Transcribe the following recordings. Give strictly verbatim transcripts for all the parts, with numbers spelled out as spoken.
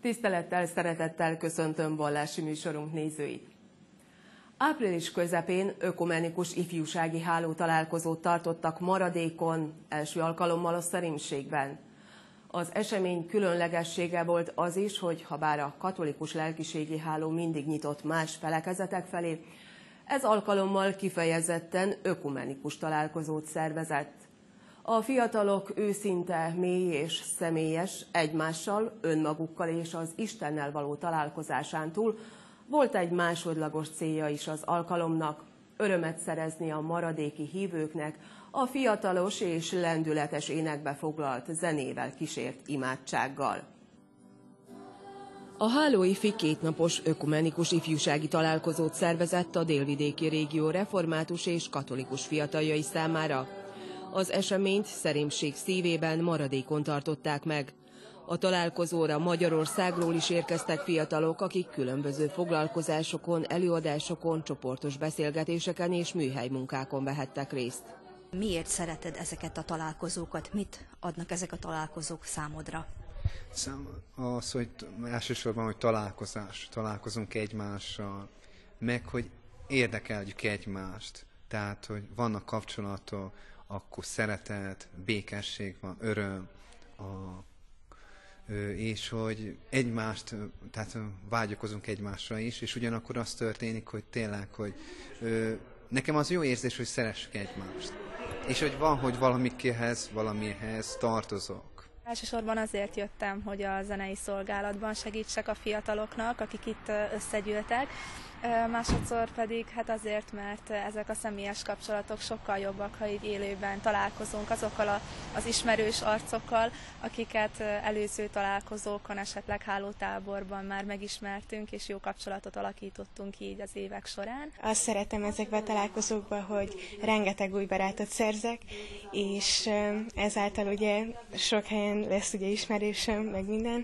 Tisztelettel, szeretettel köszöntöm vallási műsorunk nézőit. Április közepén ökumenikus ifjúsági háló találkozót tartottak Maradékon, első alkalommal a Szerémségben. Az esemény különlegessége volt az is, hogy habár a katolikus lelkiségi háló mindig nyitott más felekezetek felé, ez alkalommal kifejezetten ökumenikus találkozót szervezett. A fiatalok őszinte, mély és személyes, egymással, önmagukkal és az Istennel való találkozásán túl volt egy másodlagos célja is az alkalomnak, örömet szerezni a maradéki hívőknek a fiatalos és lendületes énekbe foglalt zenével kísért imádsággal. A hálóifi kétnapos ökumenikus ifjúsági találkozót szervezett a délvidéki régió református és katolikus fiataljai számára. Az eseményt Szerémség szívében, Maradékon tartották meg. A találkozóra Magyarországról is érkeztek fiatalok, akik különböző foglalkozásokon, előadásokon, csoportos beszélgetéseken és műhelymunkákon vehettek részt. Miért szereted ezeket a találkozókat? Mit adnak ezek a találkozók számodra? Az, hogy elsősorban, hogy találkozás, találkozunk egymással, meg hogy érdekeljük egymást. Tehát, hogy vannak kapcsolatok, akkor szeretet, békesség van, öröm, a, és hogy egymást, tehát vágyakozunk egymásra is, és ugyanakkor az történik, hogy tényleg, hogy nekem az jó érzés, hogy szeressük egymást. És hogy van, hogy valamikihez, valamihez tartozok. Elsősorban azért jöttem, hogy a zenei szolgálatban segítsek a fiataloknak, akik itt összegyűltek. Másodszor pedig hát azért, mert ezek a személyes kapcsolatok sokkal jobbak, ha így élőben találkozunk azokkal a, az ismerős arcokkal, akiket előző találkozókon, esetleg hálótáborban már megismertünk, és jó kapcsolatot alakítottunk így az évek során. Azt szeretem ezekben a találkozókban, hogy rengeteg új barátot szerzek, és ezáltal ugye sok helyen lesz ugye ismerősöm, meg minden,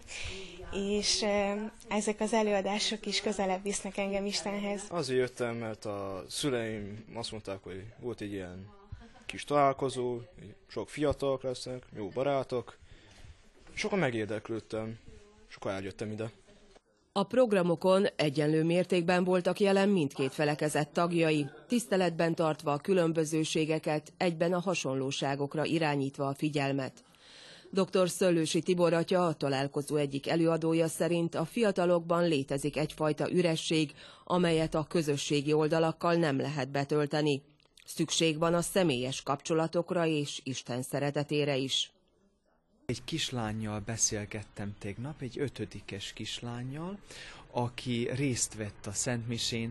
és ezek az előadások is közelebb visznek engem Istenhez. Azért jöttem, mert a szüleim azt mondták, hogy volt egy ilyen kis találkozó, sok fiatalok lesznek, jó barátok, sokan megérdeklődtem, sokan eljöttem ide. A programokon egyenlő mértékben voltak jelen mindkét felekezet tagjai, tiszteletben tartva a különbözőségeket, egyben a hasonlóságokra irányítva a figyelmet. doktor Szöllősi Tibor atya, a találkozó egyik előadója szerint a fiatalokban létezik egyfajta üresség, amelyet a közösségi oldalakkal nem lehet betölteni. Szükség van a személyes kapcsolatokra és Isten szeretetére is. Egy kislánnyal beszélgettem tegnap, egy ötödikes kislánnyal, aki részt vett a Szentmisén,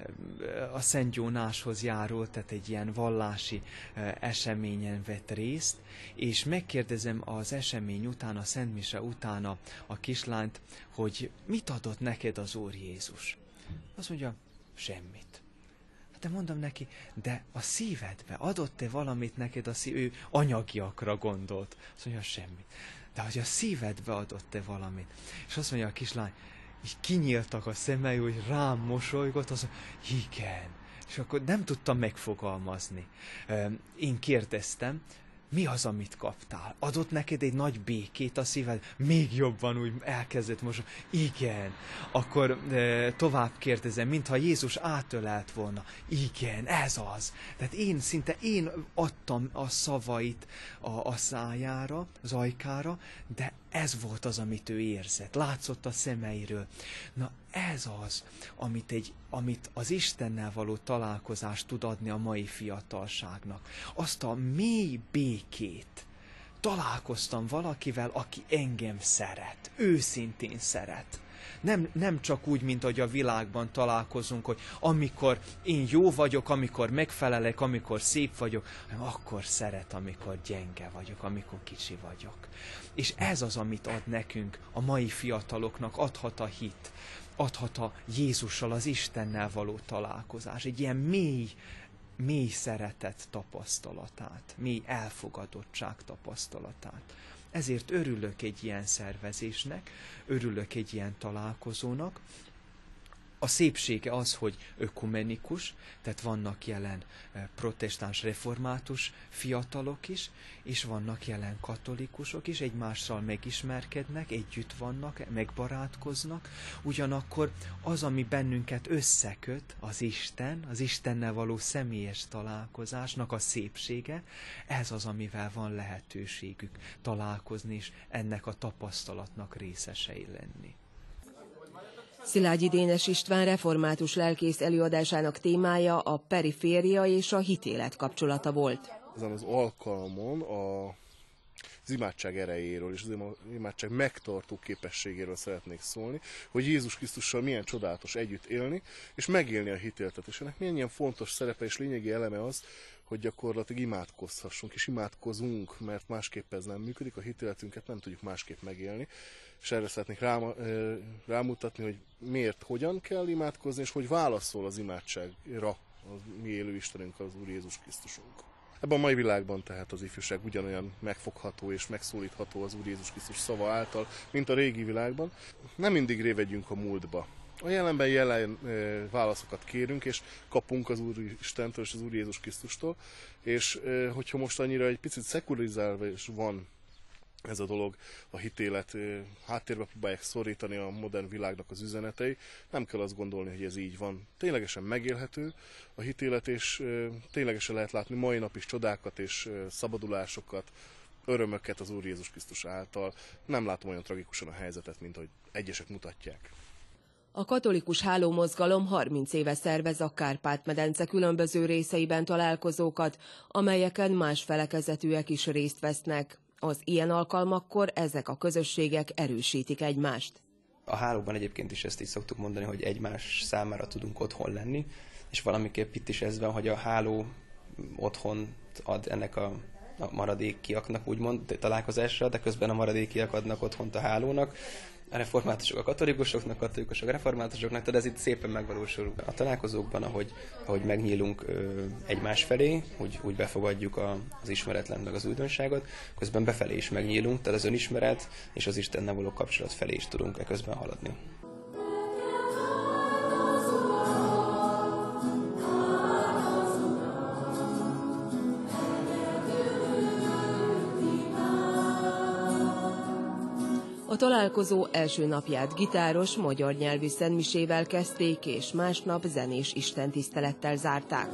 a Szent Jónáshoz járult, tehát egy ilyen vallási eseményen vett részt, és megkérdezem az esemény után, a Szentmise után a, a kislányt, hogy mit adott neked az Úr Jézus. Azt mondja, semmit. De mondom neki, de a szívedbe adott-e valamit neked a szív... Ő anyagiakra gondolt. Azt mondja, semmit. De hogy a szívedbe adott-e valamit? És azt mondja a kislány, így kinyíltak a szemei, hogy rám mosolygott, azt mondja, igen. És akkor nem tudtam megfogalmazni. Én kérdeztem, mi az, amit kaptál? Adott neked egy nagy békét a szíved? Még jobban úgy elkezdett most. Igen. Akkor e, tovább kérdezem, mintha Jézus átölelt volna. Igen, ez az. Tehát én szinte én adtam a szavait a, a szájára, az ajkára, de ez volt az, amit ő érzett. Látszott a szemeiről. Na ez az, amit, egy, amit az Istennel való találkozás tud adni a mai fiatalságnak. Azt a mély békét. Találkoztam valakivel, aki engem szeret, őszintén szeret. Nem, nem csak úgy, mint ahogy a világban találkozunk, hogy amikor én jó vagyok, amikor megfelelek, amikor szép vagyok, hanem akkor szeret, amikor gyenge vagyok, amikor kicsi vagyok. És ez az, amit ad nekünk, a mai fiataloknak, adhat a hit, adhat a Jézussal, az Istennel való találkozás, egy ilyen mély, mély szeretet tapasztalatát, mély elfogadottság tapasztalatát. Ezért örülök egy ilyen szervezésnek, örülök egy ilyen találkozónak, A szépsége az, hogy ökumenikus, tehát vannak jelen protestáns református fiatalok is, és vannak jelen katolikusok is, egymással megismerkednek, együtt vannak, megbarátkoznak. Ugyanakkor az, ami bennünket összeköt, az Isten, az Istennel való személyes találkozásnak a szépsége, ez az, amivel van lehetőségük találkozni, és ennek a tapasztalatnak részesei lenni. Szilágyi Dénes István református lelkész előadásának témája a periféria és a hitélet kapcsolata volt. Ezen az alkalmon a az imádság erejéről és az imádság megtartó képességéről szeretnék szólni, hogy Jézus Krisztussal milyen csodálatos együtt élni, és megélni a hitéletet. És ennek milyen ilyen fontos szerepe és lényegi eleme az, hogy gyakorlatilag imádkozhassunk, és imádkozunk, mert másképp ez nem működik, a hitéletünket nem tudjuk másképp megélni. És erre szeretnék rám, rámutatni, hogy miért, hogyan kell imádkozni, és hogy válaszol az imádságra a mi élő Istenünk, az Úr Jézus Krisztusunk. Ebben a mai világban tehát az ifjúság ugyanolyan megfogható és megszólítható az Úr Jézus Krisztus szava által, mint a régi világban. Nem mindig révedjünk a múltba. A jelenben jelen e, válaszokat kérünk, és kapunk az Úr Istentől és az Úr Jézus Krisztustól, és e, hogyha most annyira egy picit szekularizálva is van ez a dolog, a hitélet e, háttérbe próbálják szorítani a modern világnak az üzenetei, nem kell azt gondolni, hogy ez így van. Ténylegesen megélhető a hitélet, és e, ténylegesen lehet látni mai nap is csodákat és e, szabadulásokat, örömöket az Úr Jézus Krisztus által. Nem látom olyan tragikusan a helyzetet, mint hogy egyesek mutatják. A katolikus hálómozgalom harminc éve szervez a Kárpát-medence különböző részeiben találkozókat, amelyeken más felekezetűek is részt vesznek. Az ilyen alkalmakkor ezek a közösségek erősítik egymást. A hálóban egyébként is ezt így szoktuk mondani, hogy egymás számára tudunk otthon lenni, és valamiképp itt is ez van, hogy a háló otthon ad ennek a a maradékiaknak úgymond találkozásra, de közben a maradékiak adnak otthont a hálónak. A reformátusok a katolikusoknak, a katolikusok a reformátusoknak, tehát ez itt szépen megvalósul a találkozókban, ahogy, ahogy megnyílunk ö, egymás felé, úgy, úgy befogadjuk a, az ismeretlen meg az újdonságot, közben befelé is megnyílunk, tehát az önismeret és az Istennel való kapcsolat felé is tudunk eközben haladni. A találkozó első napját gitáros, magyar nyelvű szentmisével kezdték, és másnap zenés istentisztelettel zárták.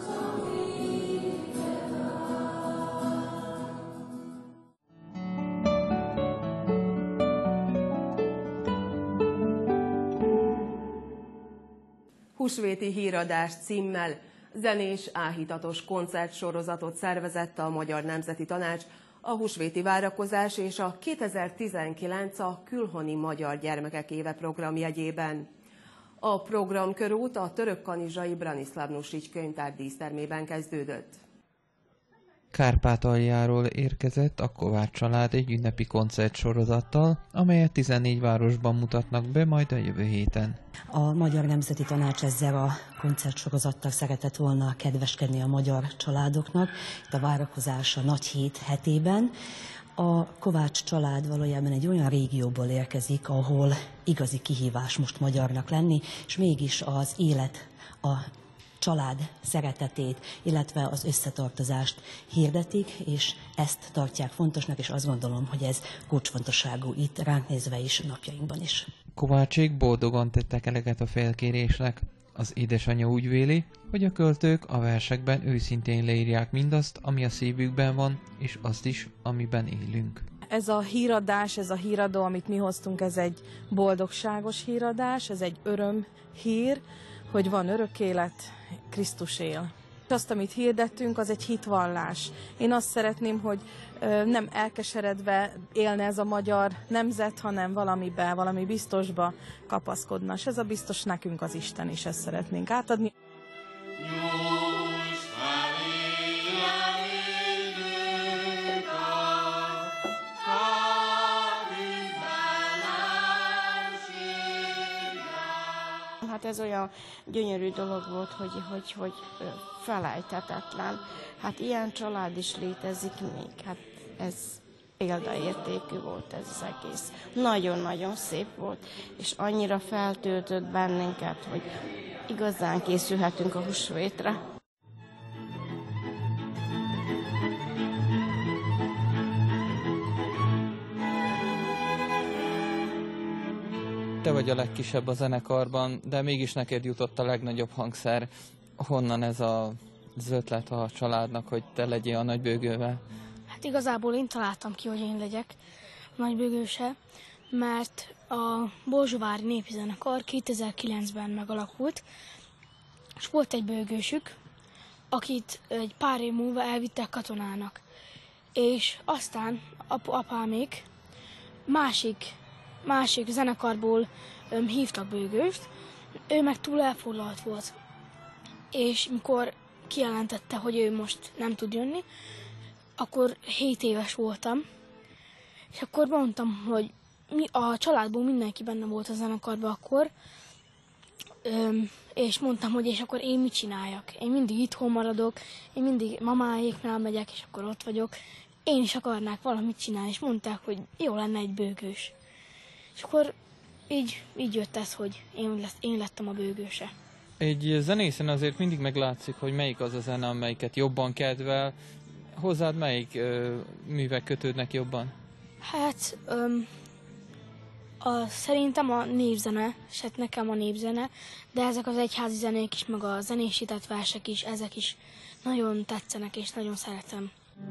Húsvéti híradás címmel zenés, áhítatos koncertsorozatot szervezett a Magyar Nemzeti Tanács, a húsvéti várakozás és a kétezer-tizenkilenc a Külhoni Magyar Gyermekek Éve program jegyében. A programkörút a törökkanizsai Branislav Nusics könyvtár dísztermében kezdődött. Kárpátaljáról érkezett a Kovács család egy ünnepi koncertsorozattal, amelyet tizennégy városban mutatnak be majd a jövő héten. A Magyar Nemzeti Tanács ezzel a koncertsorozattal szeretett volna kedveskedni a magyar családoknak, itt a várakozás a nagy hét hetében. A Kovács család valójában egy olyan régióból érkezik, ahol igazi kihívás most magyarnak lenni, és mégis az élet, a család szeretetét, illetve az összetartozást hirdetik, és ezt tartják fontosnak, és azt gondolom, hogy ez kulcsfontosságú itt ránk nézve is, napjainkban is. Kovácsék boldogan tettek eleget a felkérésnek. Az édesanyja úgy véli, hogy a költők a versekben őszintén leírják mindazt, ami a szívükben van, és azt is, amiben élünk. Ez a híradás, ez a híradó, amit mi hoztunk, ez egy boldogságos híradás, ez egy örömhír, hogy van örök élet, Krisztus él. Azt, amit hirdettünk, az egy hitvallás. Én azt szeretném, hogy nem elkeseredve élne ez a magyar nemzet, hanem valamibe, valami biztosba kapaszkodna. És ez a biztos nekünk az Isten is, ezt szeretnénk átadni. Hát ez olyan gyönyörű dolog volt, hogy, hogy, hogy felejthetetlen. Hát ilyen család is létezik még. Hát ez példaértékű volt ez az egész. Nagyon-nagyon szép volt, és annyira feltöltött bennünket, hogy igazán készülhetünk a húsvétre. Te vagy a legkisebb a zenekarban, de mégis neked jutott a legnagyobb hangszer. Honnan ez a, az ötlet a családnak, hogy te legyél a nagybőgővel? Hát igazából én találtam ki, hogy én legyek nagybőgőse, mert a Borzsovári Népi Zenekar kétezer-kilencben megalakult, és volt egy bőgősük, akit egy pár év múlva elvittek katonának. És aztán ap- apámék másik, másik zenekarból öm, hívtak bőgőst, ő meg túl elfoglalt volt. És mikor kijelentette, hogy ő most nem tud jönni, akkor hét éves voltam, és akkor mondtam, hogy mi, a családból mindenki benne volt a zenekarban akkor, öm, és mondtam, hogy és akkor én mit csináljak. Én mindig itthon maradok, én mindig mamáéknál megyek, és akkor ott vagyok. Én is akarnák valamit csinálni, és mondták, hogy jó lenne egy bőgős. És akkor így, így jött ez, hogy én, lesz, én lettem a bőgőse. Egy zenészen azért mindig meglátszik, hogy melyik az a zene, amelyiket jobban kedvel. Hozzád melyik ö, művek kötődnek jobban? Hát öm, a, szerintem a népzene, és hát nekem a népzene, de ezek az egyházi zenék is, meg a zenésített versek is, ezek is nagyon tetszenek, és nagyon szeretem.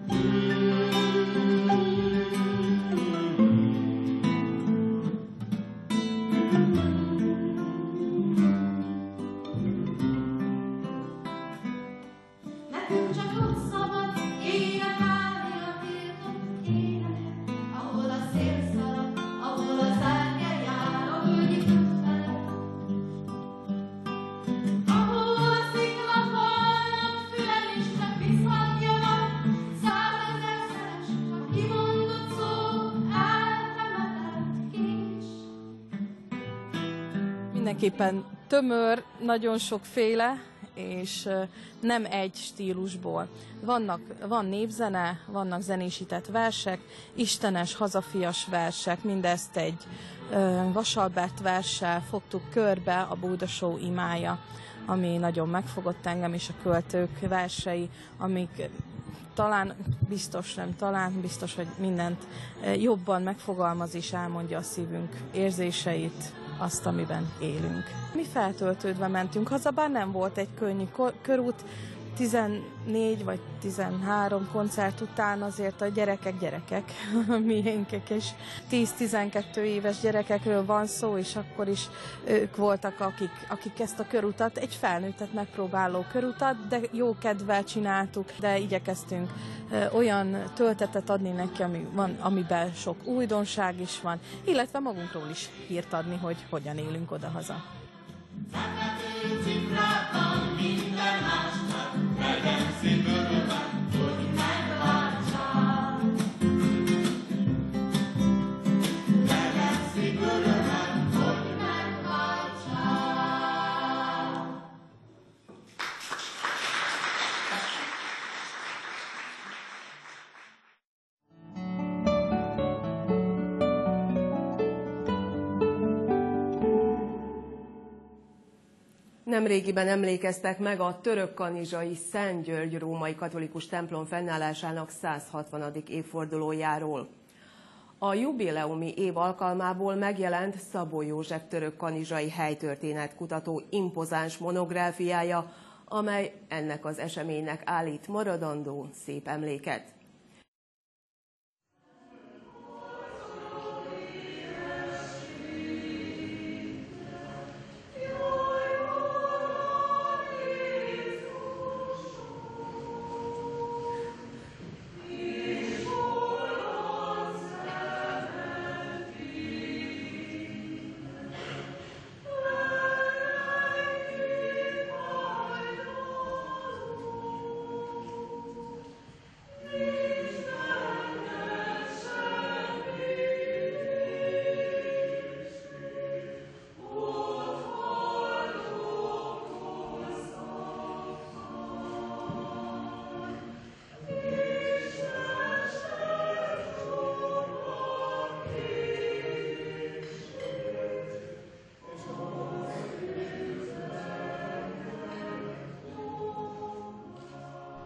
Mindenképpen tömör, nagyon sokféle, és nem egy stílusból. Vannak, van népzene, vannak zenésített versek, istenes, hazafias versek, mindezt egy Vasalbert verssel fogtuk körbe, a Búdasó imája, ami nagyon megfogott engem, és a költők versei, amik talán, biztos nem talán, biztos, hogy mindent jobban megfogalmaz és elmondja a szívünk érzéseit, azt, amiben élünk. Mi feltöltődve mentünk haza, bár nem volt egy könnyű körút, tizennégy vagy tizenhárom koncert után azért a gyerekek gyerekek, miénkek, és tíz-tizenkettő éves gyerekekről van szó, és akkor is ők voltak, akik, akik ezt a körutat, egy felnőttet megpróbáló körutat, de jó kedvel csináltuk, de igyekeztünk olyan töltetet adni neki, ami van, amiben sok újdonság is van, illetve magunkról is hírt adni, hogy hogyan élünk odahaza. Nemrégiben emlékeztek meg a törökkanizsai Szent György római katolikus templom fennállásának száz hatvanadik évfordulójáról. A jubileumi év alkalmából megjelent Szabó József törökkanizsai helytörténetkutató impozáns monográfiája, amely ennek az eseménynek állít maradandó szép emléket. Yeah.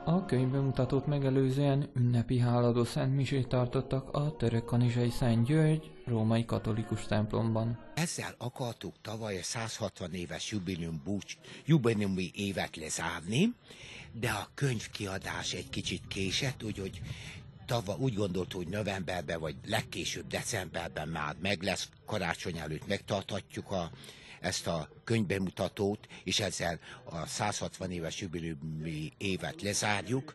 A könyvbemutatót megelőzően ünnepi háladó szentmisét tartottak a Törökkanizsai Szent György római katolikus templomban. Ezzel akartuk tavaly a százhatvan éves jubileum búcs, jubileumi évet lezárni, de a könyvkiadás egy kicsit késett, úgyhogy tavaly úgy gondoltuk, hogy novemberben vagy legkésőbb decemberben már meg lesz, karácsony előtt megtarthatjuk a ezt a könyvbemutatót, és ezzel a százhatvan éves jubileumi évet lezárjuk,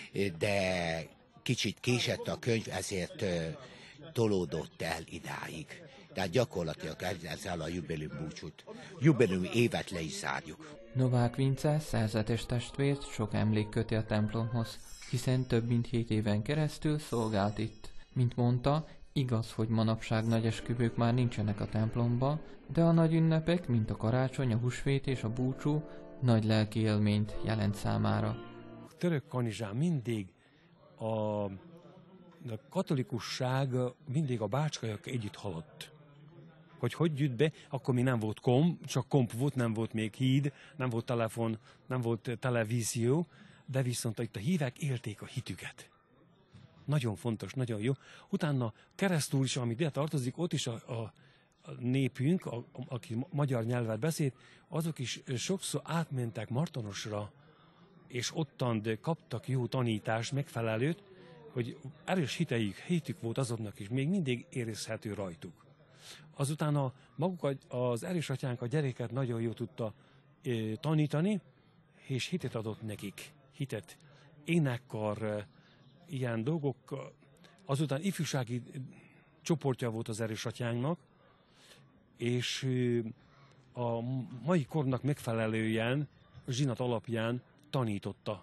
de kicsit késett a könyv, ezért tolódott el idáig. Tehát gyakorlatilag ezzel a jubileum búcsút, jubileumi évet le is zárjuk. Novák Vince szerzetes testvért sok emlék köti a templomhoz, hiszen több mint hét éven keresztül szolgált itt. Mint mondta, igaz, hogy manapság nagy esküvők már nincsenek a templomba, de a nagy ünnepek, mint a karácsony, a húsvét és a búcsú nagy lelki élményt jelent számára. Törökkanizsán mindig a, a katolikusság mindig a bácskaiak együtt haladt. Hogy hogy jött be, akkor még nem volt komp, csak komp volt, nem volt még híd, nem volt telefon, nem volt televízió, de viszont itt a hívek élték a hitüket. Nagyon fontos, nagyon jó. Utána keresztúr is, ami ide tartozik, ott is a, a, a népünk, a, a, aki magyar nyelvet beszélt, azok is sokszor átmentek Martonosra, és ottan kaptak jó tanítást, megfelelőt, hogy erős hitejük, hitük volt azoknak is, még mindig érezhető rajtuk. Azután a, maguk az erős atyánk a gyereket nagyon jól tudta e, tanítani, és hitet adott nekik. Hitet, énekkar, ilyen dolgok. Azután ifjúsági csoportja volt az erős atyánknak, és a mai kornak megfelelően, zsinat alapján tanította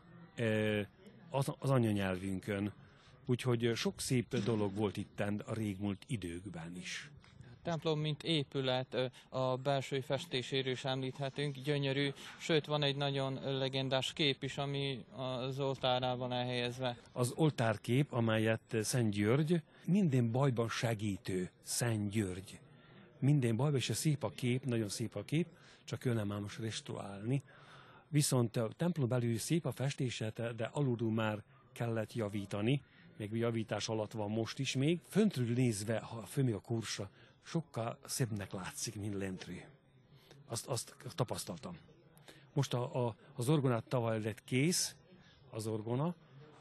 az anyanyelvünkön. Úgyhogy sok szép dolog volt itten a régmúlt időkben is. A templom, mint épület, a belső festéséről is említhetünk, gyönyörű, sőt van egy nagyon legendás kép is, ami az oltárán van elhelyezve. Az oltárkép, amelyet Szent György, minden bajban segítő Szent György. Minden bajban, és a szép a kép, nagyon szép a kép, csak ő nem áll most restaurálni. Viszont a templom belül szép a festése, de alulról már kellett javítani, még javítás alatt van most is még. Föntről nézve, ha fölmegy a kursra, sokkal szebbnek látszik, mint lentről. Azt, azt tapasztaltam. Most a, a, az orgonát tavaly lett kész, az orgona,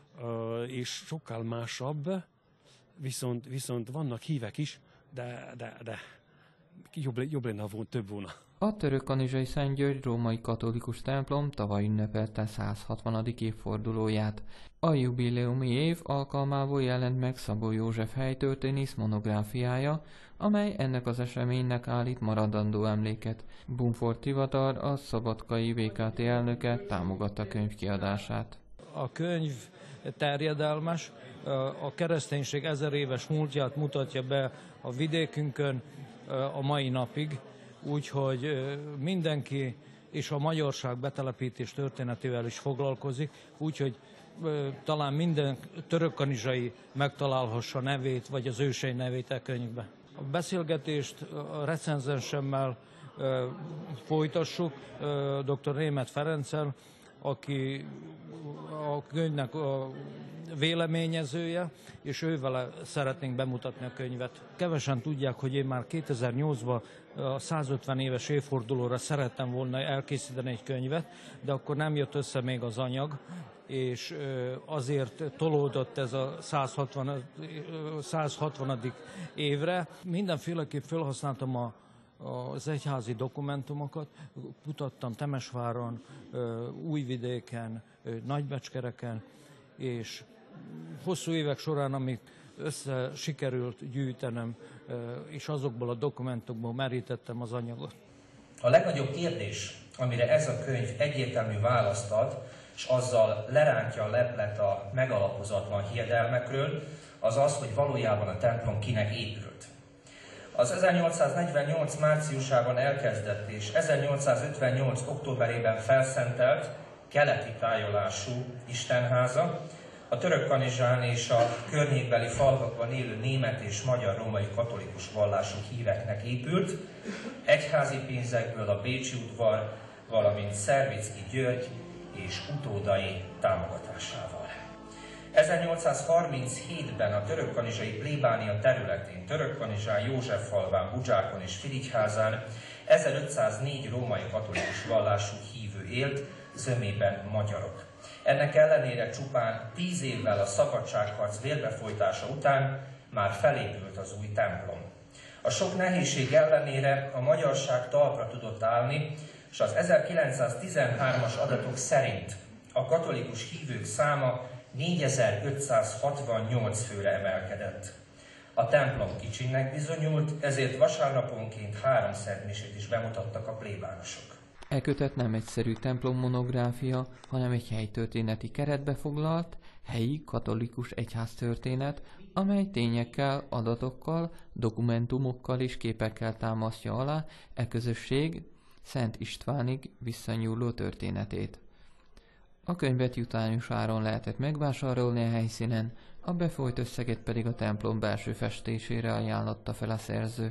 és sokkal másabb, viszont, viszont vannak hívek is, de, de, de jobb, jobb lenne, ha volt több volna. A Törökkanizsai Szent György római katolikus templom tavaly ünnepelte százhatvanadik évfordulóját. A jubileumi év alkalmából jelent meg Szabó József helytörténész monográfiája, amely ennek az eseménynek állít maradandó emléket. Bumford Tivadar, a szabadkai vé ká té elnöke támogatta a könyv kiadását. A könyv terjedelmes, a kereszténység ezer éves múltját mutatja be a vidékünkön a mai napig, úgyhogy mindenki és a magyarság betelepítés történetével is foglalkozik, úgyhogy talán minden törökkanizsai megtalálhassa nevét, vagy az ősei nevét a könyvbe. A beszélgetést a recenzensemmel folytassuk, dr. Németh Ferenccel, aki a könyvnek a véleményezője, és ővele szeretnénk bemutatni a könyvet. Kevesen tudják, hogy én már kétezer-nyolcban a százötven éves évfordulóra szerettem volna elkészíteni egy könyvet, de akkor nem jött össze még az anyag, és azért tolódott ez a százhatvanadik évre. Mindenféleképp felhasználtam a az egyházi dokumentumokat, kutattam Temesváron, Újvidéken, Nagybecskereken, és hosszú évek során, amit össze sikerült gyűjtenem, és azokból a dokumentumokból merítettem az anyagot. A legnagyobb kérdés, amire ez a könyv egyértelmű választ ad, és azzal lerántja a leplet a megalapozatlan hiedelmekről, az az, hogy valójában a templom kinek épült. Az ezernyolcszáznegyvennyolc márciusában elkezdett és ezernyolcszázötvennyolc októberében felszentelt keleti tájolású istenháza a Törökkanizsán és a környékbeli falvakban élő német és magyar római katolikus vallású híveknek épült, egyházi pénzekből a Bécsi udvar, valamint Szervicki György és utódai támogatásával. ezernyolcszázharminchétben a törökkanizsai plébánia területén, Törökkanizsán, Józseffalván, Budzsákon és Firigyházán ezerötszáznégy római katolikus vallású hívő élt, zömében magyarok. Ennek ellenére csupán tíz évvel a szabadságharc vérbefolytása után már felépült az új templom. A sok nehézség ellenére a magyarság talpra tudott állni, és az ezerkilencszáztizenhármas adatok szerint a katolikus hívők száma négyezer-ötszázhatvannyolc főre emelkedett. A templom kicsinek bizonyult, ezért vasárnaponként három szentmisét is bemutattak a plébánosok. E kötet nem egyszerű templommonográfia, hanem egy helytörténeti keretbe foglalt, helyi katolikus egyháztörténet, amely tényekkel, adatokkal, dokumentumokkal és képekkel támasztja alá e közösség Szent Istvánig visszanyúló történetét. A könyvet jutányos áron lehetett megvásárolni a helyszínen, a befolyt összeget pedig a templom belső festésére ajánlotta fel a szerző.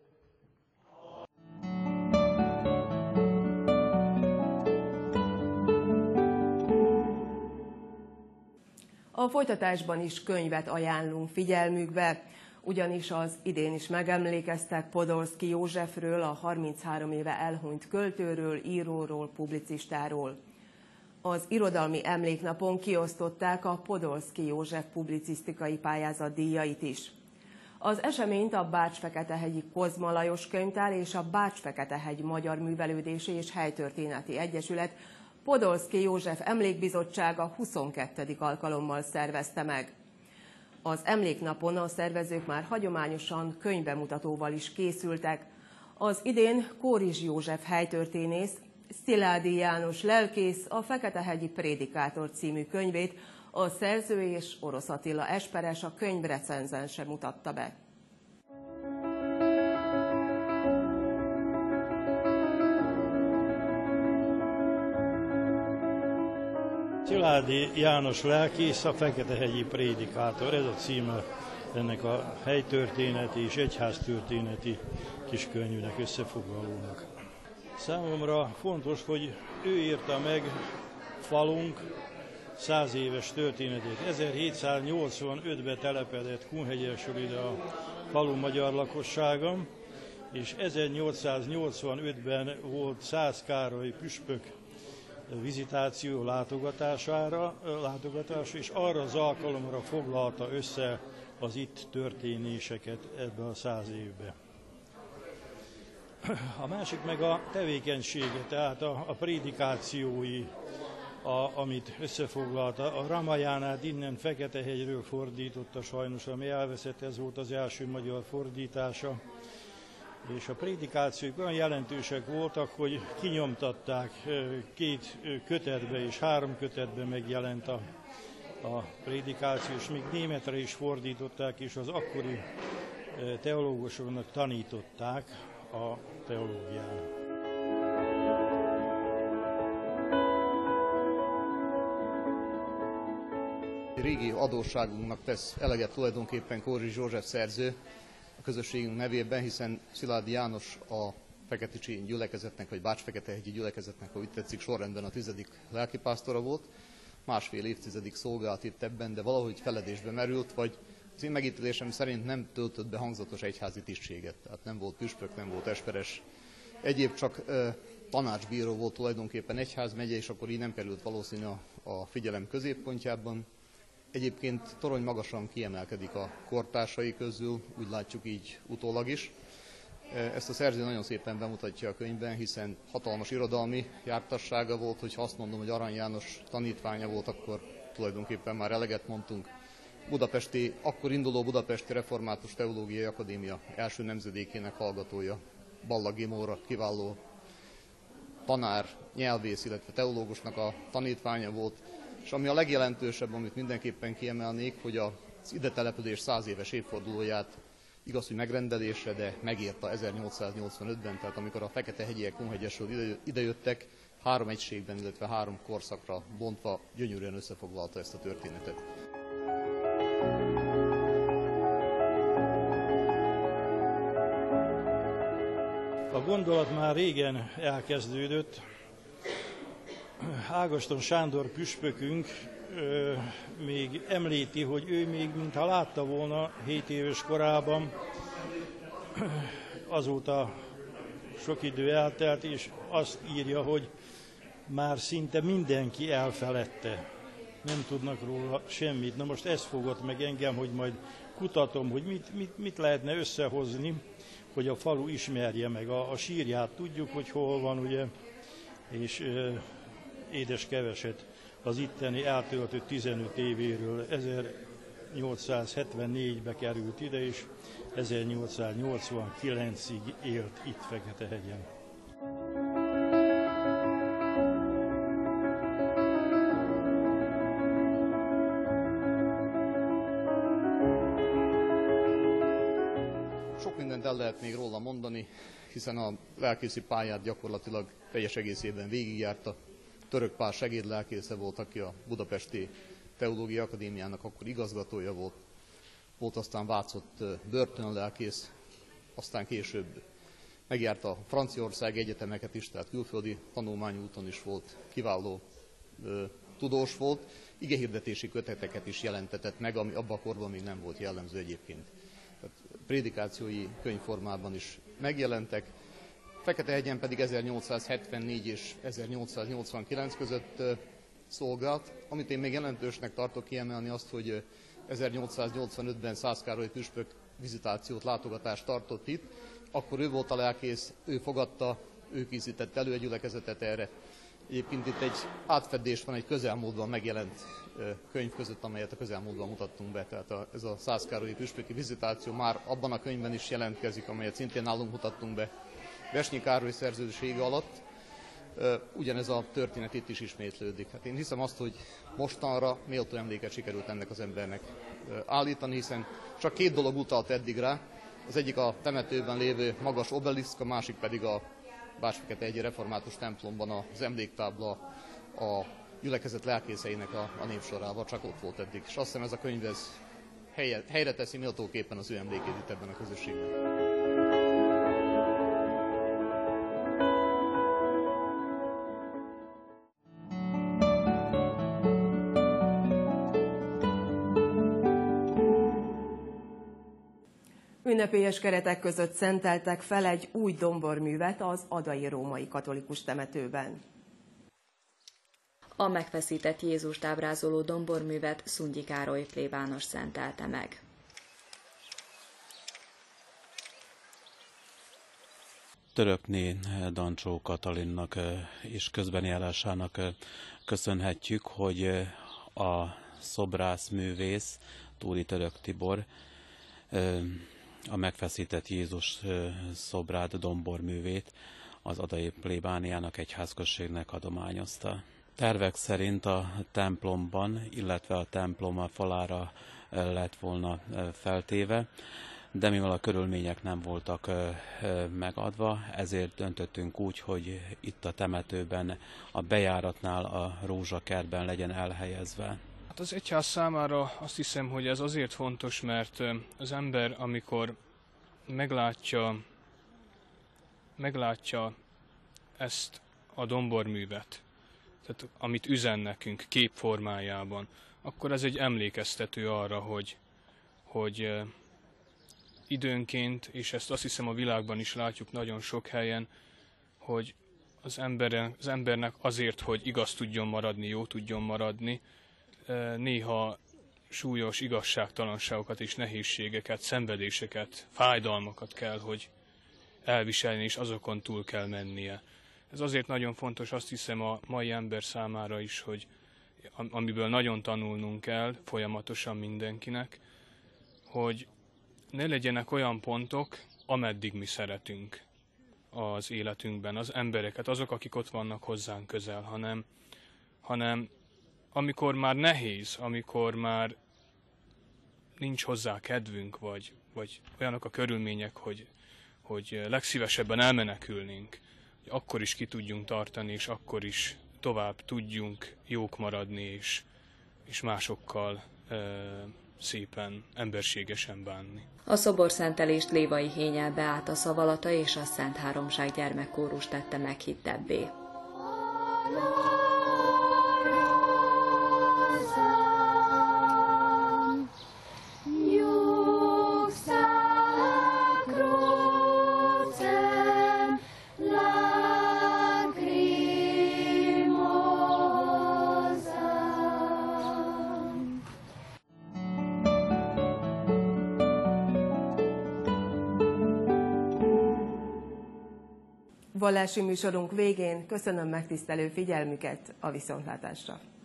A folytatásban is könyvet ajánlunk figyelmükbe, ugyanis az idén is megemlékeztek Podolszky Józsefről, a harminchárom éve elhunyt költőről, íróról, publicistáról. Az irodalmi emléknapon kiosztották a Podolszky József publicisztikai pályázat díjait is. Az eseményt a Bács-Feketehegyi Kozma Lajos Könyvtár és a Bács-Feketehegy Magyar Művelődési és Helytörténeti Egyesület Podolszky József Emlékbizottsága huszonkettedik alkalommal szervezte meg. Az emléknapon a szervezők már hagyományosan könyvbemutatóval is készültek. Az idén Kórizs József helytörténész, Szilády János lelkész a Feketehegyi Prédikátor című könyvét a szerző és Orosz Attila esperes, a könyv recenzense mutatta be. Szilády János lelkész, a Feketehegyi Prédikátor, ez a címe ennek a helytörténeti és egyháztörténeti kiskönyvnek, összefoglalónak. Számomra fontos, hogy ő írta meg falunk száz éves történetét. ezerhétszáznyolcvanötben telepedett Kunhegyesről ide a falu magyar lakossága, és ezernyolcszáznyolcvanötben volt Szász Károly püspök vizitáció látogatására, látogatás, és arra az alkalomra foglalta össze az itt történéseket ebbe a száz évbe. A másik meg a tevékenysége, tehát a, a prédikációi, a, amit összefoglalta. A Ramajánát innen Feketehegyről fordította sajnos, ami elveszett, ez volt az első magyar fordítása. És a prédikációk olyan jelentősek voltak, hogy kinyomtatták két kötetbe és három kötetbe megjelent a, a prédikáció, és még németre is fordították, és az akkori teológusoknak tanították a teológián. Régi adósságunknak tesz eleget tulajdonképpen Kórizs József szerző a közösségünk nevében, hiszen Szilády János a Feketicsi gyülekezetnek, vagy Bács-Feketehegyi gyülekezetnek, ha úgy tetszik, sorrendben a tizedik lelkipásztora volt. Másfél évtizedig szolgált itt ebben, de valahogy feledésbe merült, vagy az én megítélésem szerint nem töltött be hangzatos egyházi tisztséget. Tehát nem volt püspök, nem volt esperes. Egyéb csak uh, tanácsbíró volt tulajdonképpen egyházmegye, és akkor így nem került valószínű a, a figyelem középpontjában. Egyébként torony magasan kiemelkedik a kortársai közül, úgy látjuk így utólag is. Ezt a szerző nagyon szépen bemutatja a könyvben, hiszen hatalmas irodalmi jártassága volt, hogyha azt mondom, hogy Arany János tanítványa volt, akkor tulajdonképpen már eleget mondtunk. Budapesti, akkor induló Budapesti Református Teológiai Akadémia első nemzedékének hallgatója. Ballaghy Móra kiváló tanár, nyelvész, illetve teológusnak a tanítványa volt. És ami a legjelentősebb, amit mindenképpen kiemelnék, hogy az ide település száz éves évfordulóját igaz, hogy megrendelésre, de megírta ezernyolcszáznyolcvanötben, tehát amikor a Feketehegyiek Kunhegyesről ide, idejöttek, három egységben, illetve három korszakra bontva gyönyörűen összefoglalta ezt a történetet. A gondolat már régen elkezdődött. Ágoston Sándor püspökünk még említi, hogy ő még mintha látta volna hét éves korában, azóta sok idő eltelt, és azt írja, hogy már szinte mindenki elfeledte. Nem tudnak róla semmit. Na most ez fogott meg engem, hogy majd kutatom, hogy mit, mit, mit lehetne összehozni, hogy a falu ismerje meg. A, a sírját tudjuk, hogy hol van, ugye, és e, édes keveset az itteni eltöltött tizenöt évéről. ezernyolcszázhetvennégybe került ide, és ezernyolcszáznyolcvankilencig élt itt Feketehegyen. Sok mindent el lehet még róla mondani, hiszen a lelkészi pályát gyakorlatilag teljes egészében végigjárta. Török Pál segédlelkésze volt, aki a Budapesti Teológiai Akadémiának akkor igazgatója volt. Volt aztán Vácott börtönlelkész, aztán később megjárta a Franciaország egyetemeket is, tehát külföldi tanulmányúton is volt, kiváló ö, tudós volt. Igehirdetési köteteket is jelentetett meg, ami abban a korban még nem volt jellemző egyébként. Tehát prédikációi könyvformában is megjelentek. Feketehegyen pedig ezernyolcszázhetvennégy és ezernyolcszáznyolcvankilenc között szolgált. Amit én még jelentősnek tartok kiemelni azt, hogy ezernyolcszáznyolcvanötben Szász Károly püspök vizitációt, látogatást tartott itt. Akkor ő volt a lelkész, ő fogadta, ő készített elő egy gyülekezetet erre. Egyébként itt egy átfedés van egy közelmúltban megjelent könyv között, amelyet a közelmúltban mutattunk be. Tehát a, ez a Szász Károlyi püspöki vizitáció már abban a könyvben is jelentkezik, amelyet szintén nálunk mutattunk be Vesnyi Károly szerződésége alatt. Ugyanez a történet itt is ismétlődik. Hát én hiszem azt, hogy mostanra méltó emléket sikerült ennek az embernek állítani, hiszen csak két dolog utalt eddig rá. Az egyik a temetőben lévő magas obeliszk, a másik pedig a Bács-Feketehegyi református templomban az emléktábla a gyülekezet lelkészeinek a, a névsorával, csak ott volt eddig. És azt hiszem ez a könyv ez helye, helyre teszi méltóképpen az ő emlékét itt ebben a közösségben. Ünnepélyes keretek között szenteltek fel egy új domborművet az adai római katolikus temetőben. A megfeszített Jézust ábrázoló domborművet Szundyi Károly plébános szentelte meg. Törökné Dancsó Katalinnak és közbenjárásának köszönhetjük, hogy a szobrászművész Túri Török Tibor a megfeszített Jézus szobrát, domborművét az adai plébániának egyházközségnek adományozta. Tervek szerint a templomban, illetve a templom falára lett volna feltéve, de mivel a körülmények nem voltak megadva, ezért döntöttünk úgy, hogy itt a temetőben, a bejáratnál, a rózsakertben legyen elhelyezve. Az egyház számára azt hiszem, hogy ez azért fontos, mert az ember, amikor meglátja, meglátja ezt a domborművet, tehát amit üzen nekünk képformájában, akkor ez egy emlékeztető arra, hogy, hogy időnként, és ezt azt hiszem a világban is látjuk nagyon sok helyen, hogy az, ember, az embernek azért, hogy igaz tudjon maradni, jó tudjon maradni, néha súlyos igazságtalanságokat és nehézségeket, szenvedéseket, fájdalmakat kell, hogy elviselni, és azokon túl kell mennie. Ez azért nagyon fontos, azt hiszem a mai ember számára is, hogy amiből nagyon tanulnunk kell folyamatosan mindenkinek, hogy ne legyenek olyan pontok, ameddig mi szeretünk az életünkben, az embereket, azok, akik ott vannak hozzánk közel, hanem, hanem amikor már nehéz, amikor már nincs hozzá kedvünk, vagy, vagy olyanok a körülmények, hogy, hogy legszívesebben elmenekülnénk, hogy akkor is ki tudjunk tartani, és akkor is tovább tudjunk jók maradni, és, és másokkal e, szépen, emberségesen bánni. A szoborszentelést Lévai Hényel Beáta Szavalata és a Szent Háromság gyermekkórus tette meghittebbé. Vallási műsorunk végén köszönöm megtisztelő figyelmüket, a viszontlátásra!